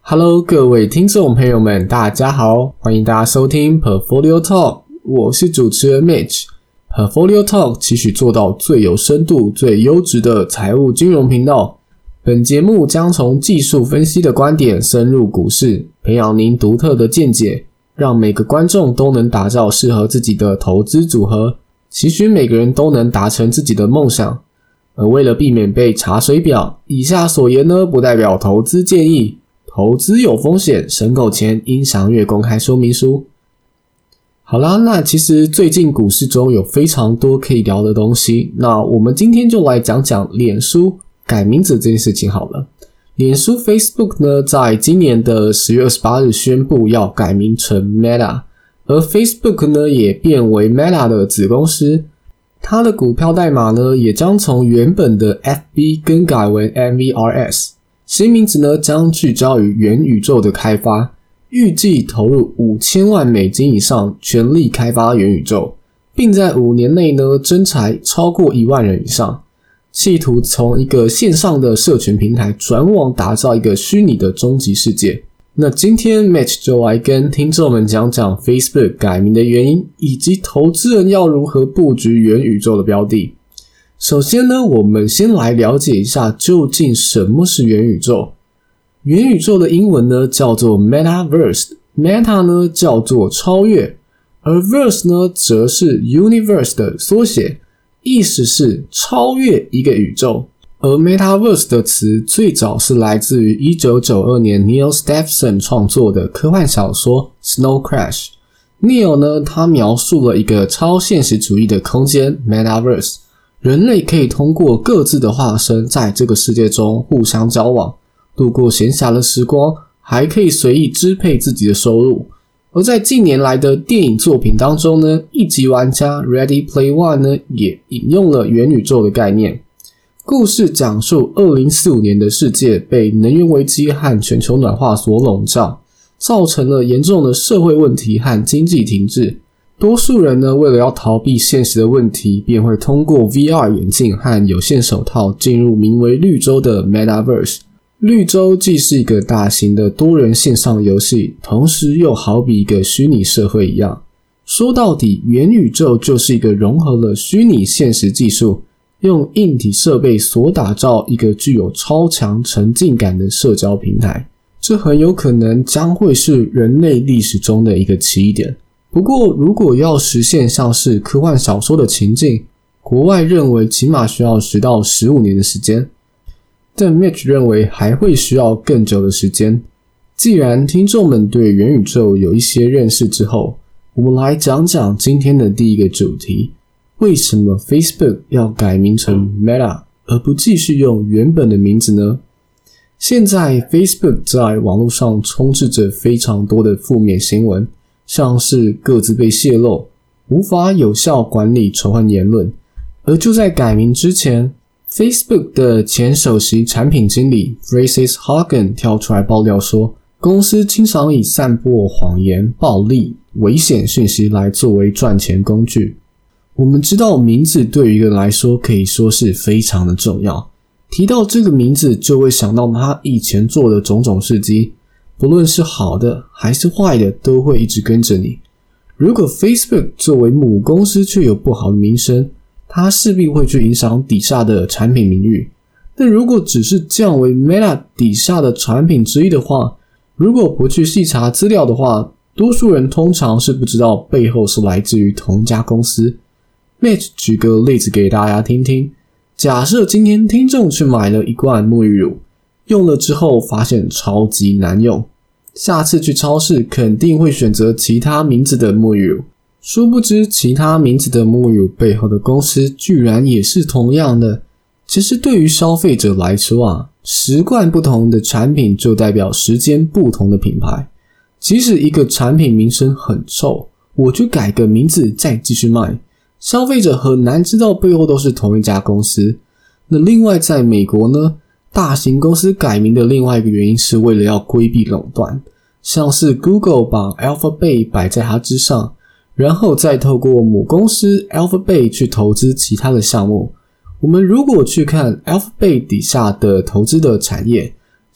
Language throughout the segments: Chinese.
Hello， 各位听众朋友们，大家好，欢迎大家收听 Portfolio Talk， 我是主持人 Mitch。Portfolio Talk 期许做到最有深度、最优质的财务金融频道。本节目将从技术分析的观点深入股市，培养您独特的见解，让每个观众都能打造适合自己的投资组合，期许每个人都能达成自己的梦想。而为了避免被查水表，以下所言呢不代表投资建议。投资有风险，申购前应详阅公开说明书。好啦，那其实最近股市中有非常多可以聊的东西，那我们今天就来讲讲脸书改名字这件事情好了。脸书 Facebook 呢，在今年的10月28日宣布要改名成 Meta， 而 Facebook 呢也变为 Meta 的子公司，它的股票代码呢也将从原本的 FB 更改为 MVRS。新名字呢将聚焦于元宇宙的开发，预计投入$5000万以上全力开发元宇宙，并在5年内呢征才超过1万人以上，企图从一个线上的社群平台转往打造一个虚拟的终极世界。那今天 Mitch 就来跟听众们讲讲 Facebook 改名的原因，以及投资人要如何布局元宇宙的标的。首先呢，我们先来了解一下究竟什么是元宇宙。元宇宙的英文呢叫做 Metaverse，Meta 呢叫做超越，而 Verse 呢则是 Universe 的缩写，意思是超越一个宇宙。而 Metaverse 的词最早是来自于1992年 Neil Stephenson 创作的科幻小说 Snow Crash。Neil 呢他描述了一个超现实主义的空间 Metaverse，人类可以通过各自的化身在这个世界中互相交往，度过闲暇的时光，还可以随意支配自己的收入。而在近年来的电影作品当中呢，一级玩家 Ready Play One 呢也引用了元宇宙的概念。故事讲述2045年的世界被能源危机和全球暖化所笼罩，造成了严重的社会问题和经济停滞。多数人呢，为了要逃避现实的问题，便会通过 VR 眼镜和有线手套进入名为绿洲的 Metaverse。绿洲既是一个大型的多人线上游戏，同时又好比一个虚拟社会一样。说到底，元宇宙就是一个融合了虚拟现实技术，用硬体设备所打造一个具有超强沉浸感的社交平台。这很有可能将会是人类历史中的一个起点。不过如果要实现像是科幻小说的情境，国外认为起码需要10到15年的时间，但 Mitch 认为还会需要更久的时间。既然听众们对元宇宙有一些认识之后，我们来讲讲今天的第一个主题，为什么 Facebook 要改名成 Meta 而不继续用原本的名字呢？现在 Facebook 在网络上充斥着非常多的负面新闻，像是个资被泄露，无法有效管理仇恨言论。而就在改名之前， Facebook 的前首席产品经理 Frances Haugen 跳出来爆料说，公司经常以散播谎言、暴力、危险讯息来作为赚钱工具。我们知道名字对于一个人来说可以说是非常的重要，提到这个名字就会想到他以前做的种种事迹，不论是好的还是坏的都会一直跟着你。如果 Facebook 作为母公司却有不好的名声，它势必会去影响底下的产品名誉。但如果只是降为 Meta 底下的产品之一的话，如果不去细查资料的话，多数人通常是不知道背后是来自于同一家公司。Mitch 举个例子给大家听听，假设今天听众去买了一罐沐浴乳，用了之后发现超级难用，下次去超市肯定会选择其他名字的沐浴乳，殊不知其他名字的沐浴乳背后的公司居然也是同样的。其实对于消费者来说啊，10罐不同的产品就代表10间不同的品牌。即使一个产品名声很臭，我就改个名字再继续卖，消费者很难知道背后都是同一家公司。那另外在美国呢，大型公司改名的另外一个原因是为了要规避垄断，像是 Google 把 Alphabet 摆在它之上，然后再透过母公司 Alphabet 去投资其他的项目。我们如果去看 Alphabet 底下的投资的产业，其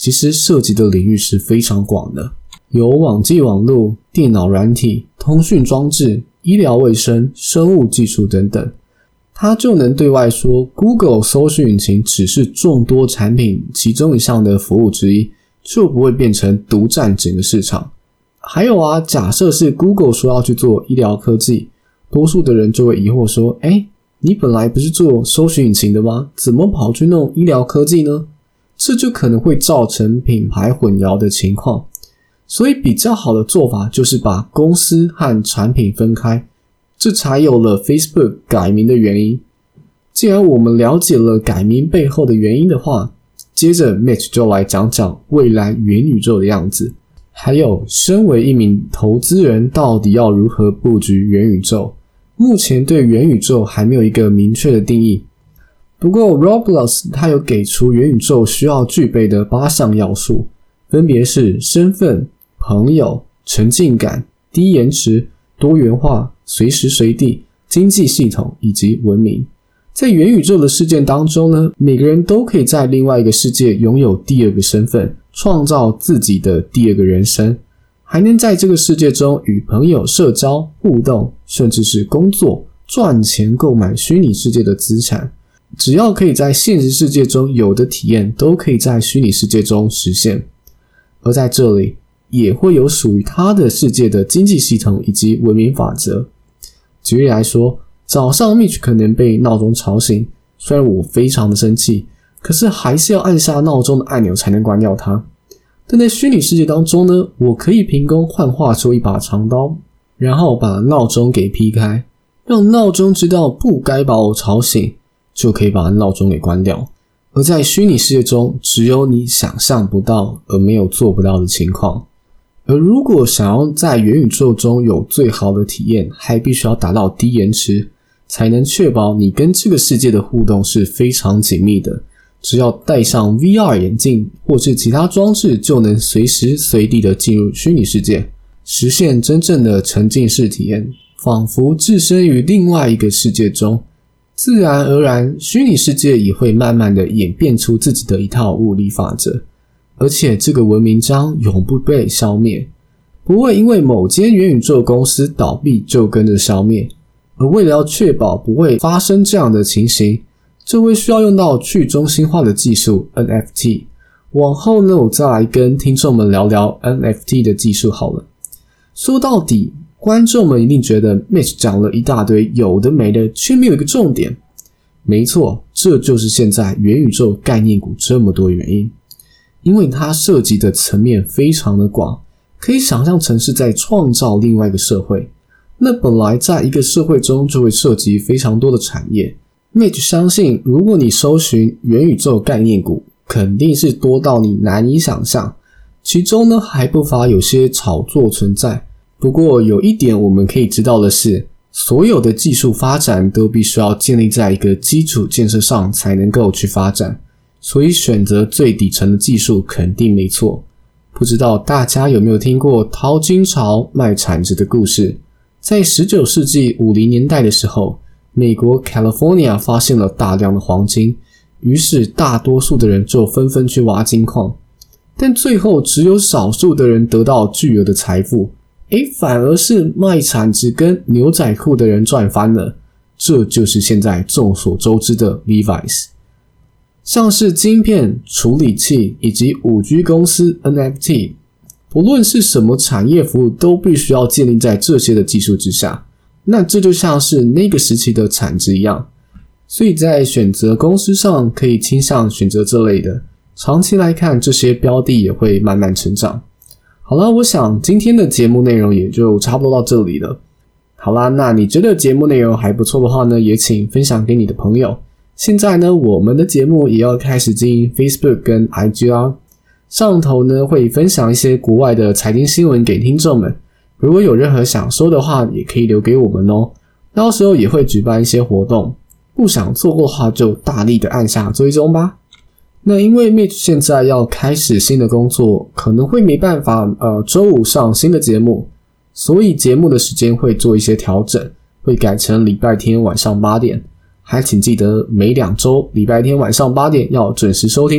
其实涉及的领域是非常广的，有网际网络、电脑软体、通讯装置、医疗卫生、生物技术等等。它就能对外说 Google 搜寻引擎只是众多产品其中一项的服务之一，就不会变成独占整个市场。还有啊，假设是 Google 说要去做医疗科技，多数的人就会疑惑说，你本来不是做搜寻引擎的吗？怎么跑去弄医疗科技呢？这就可能会造成品牌混淆的情况。所以比较好的做法就是把公司和产品分开，这才有了 Facebook 改名的原因。既然我们了解了改名背后的原因的话，接着 Mitch 就来讲讲未来元宇宙的样子，还有身为一名投资人到底要如何布局元宇宙。目前对元宇宙还没有一个明确的定义，不过 Roblox 它有给出元宇宙需要具备的8项要素，分别是身份、朋友、沉浸感、低延迟、多元化、随时随地、经济系统以及文明。在元宇宙的事件当中呢，每个人都可以在另外一个世界拥有第二个身份，创造自己的第二个人生，还能在这个世界中与朋友社交、互动，甚至是工作、赚钱购买虚拟世界的资产。只要可以在现实世界中有的体验，都可以在虚拟世界中实现。而在这里，也会有属于他的世界的经济系统以及文明法则。举例来说，早上 Mitch 可能被闹钟吵醒，虽然我非常的生气，可是还是要按下闹钟的按钮才能关掉它。但在虚拟世界当中呢，我可以凭空幻化出一把长刀，然后把闹钟给劈开，让闹钟知道不该把我吵醒，就可以把闹钟给关掉。而在虚拟世界中，只有你想象不到而没有做不到的情况。而如果想要在元宇宙中有最好的体验，还必须要达到低延迟，才能确保你跟这个世界的互动是非常紧密的。只要戴上 VR 眼镜或是其他装置，就能随时随地的进入虚拟世界，实现真正的沉浸式体验，仿佛置身于另外一个世界中。自然而然，虚拟世界也会慢慢的演变出自己的一套物理法则，而且这个文明将永不被消灭，不会因为某间元宇宙公司倒闭就跟着消灭。而为了要确保不会发生这样的情形，这会需要用到去中心化的技术 NFT。 往后呢，我再来跟听众们聊聊 NFT 的技术好了。说到底，观众们一定觉得 Mitch 讲了一大堆有的没的，却没有一个重点。没错，这就是现在元宇宙概念股这么多原因，因为它涉及的层面非常的广，可以想象成是在创造另外一个社会。那本来在一个社会中就会涉及非常多的产业， Mitch 相信如果你搜寻元宇宙概念股，肯定是多到你难以想象，其中呢还不乏有些炒作存在。不过有一点我们可以知道的是，所有的技术发展都必须要建立在一个基础建设上才能够去发展，所以选择最底层的技术肯定没错。不知道大家有没有听过淘金潮卖铲子的故事？在19世纪50年代的时候，美国 California 发现了大量的黄金，于是大多数的人就纷纷去挖金矿，但最后只有少数的人得到巨额的财富，反而是卖铲子跟牛仔裤的人赚翻了。这就是现在众所周知的 Levi's。 像是晶片、处理器以及 5G 公司 NFT， 不论是什么产业服务都必须要建立在这些的技术之下。那这就像是那个时期的产值一样，所以在选择公司上可以倾向选择这类的，长期来看这些标的也会慢慢成长。好了，我想今天的节目内容也就差不多到这里了。好啦，那你觉得节目内容还不错的话呢，也请分享给你的朋友。现在呢，我们的节目也要开始经营 Facebook 跟 IG 啦，上头呢会分享一些国外的财经新闻给听众们，如果有任何想说的话，也可以留给我们哦。到时候也会举办一些活动，不想错过的话就大力的按下追踪吧。那因为 Mitch 现在要开始新的工作，可能会没办法周五上新的节目，所以节目的时间会做一些调整，会改成礼拜天晚上8点，还请记得每2周礼拜天晚上8点要准时收听哦。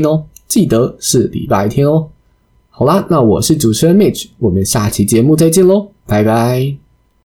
记得是礼拜天哦。好啦，那我是主持人 Mitch， 我们下期节目再见咯，拜拜。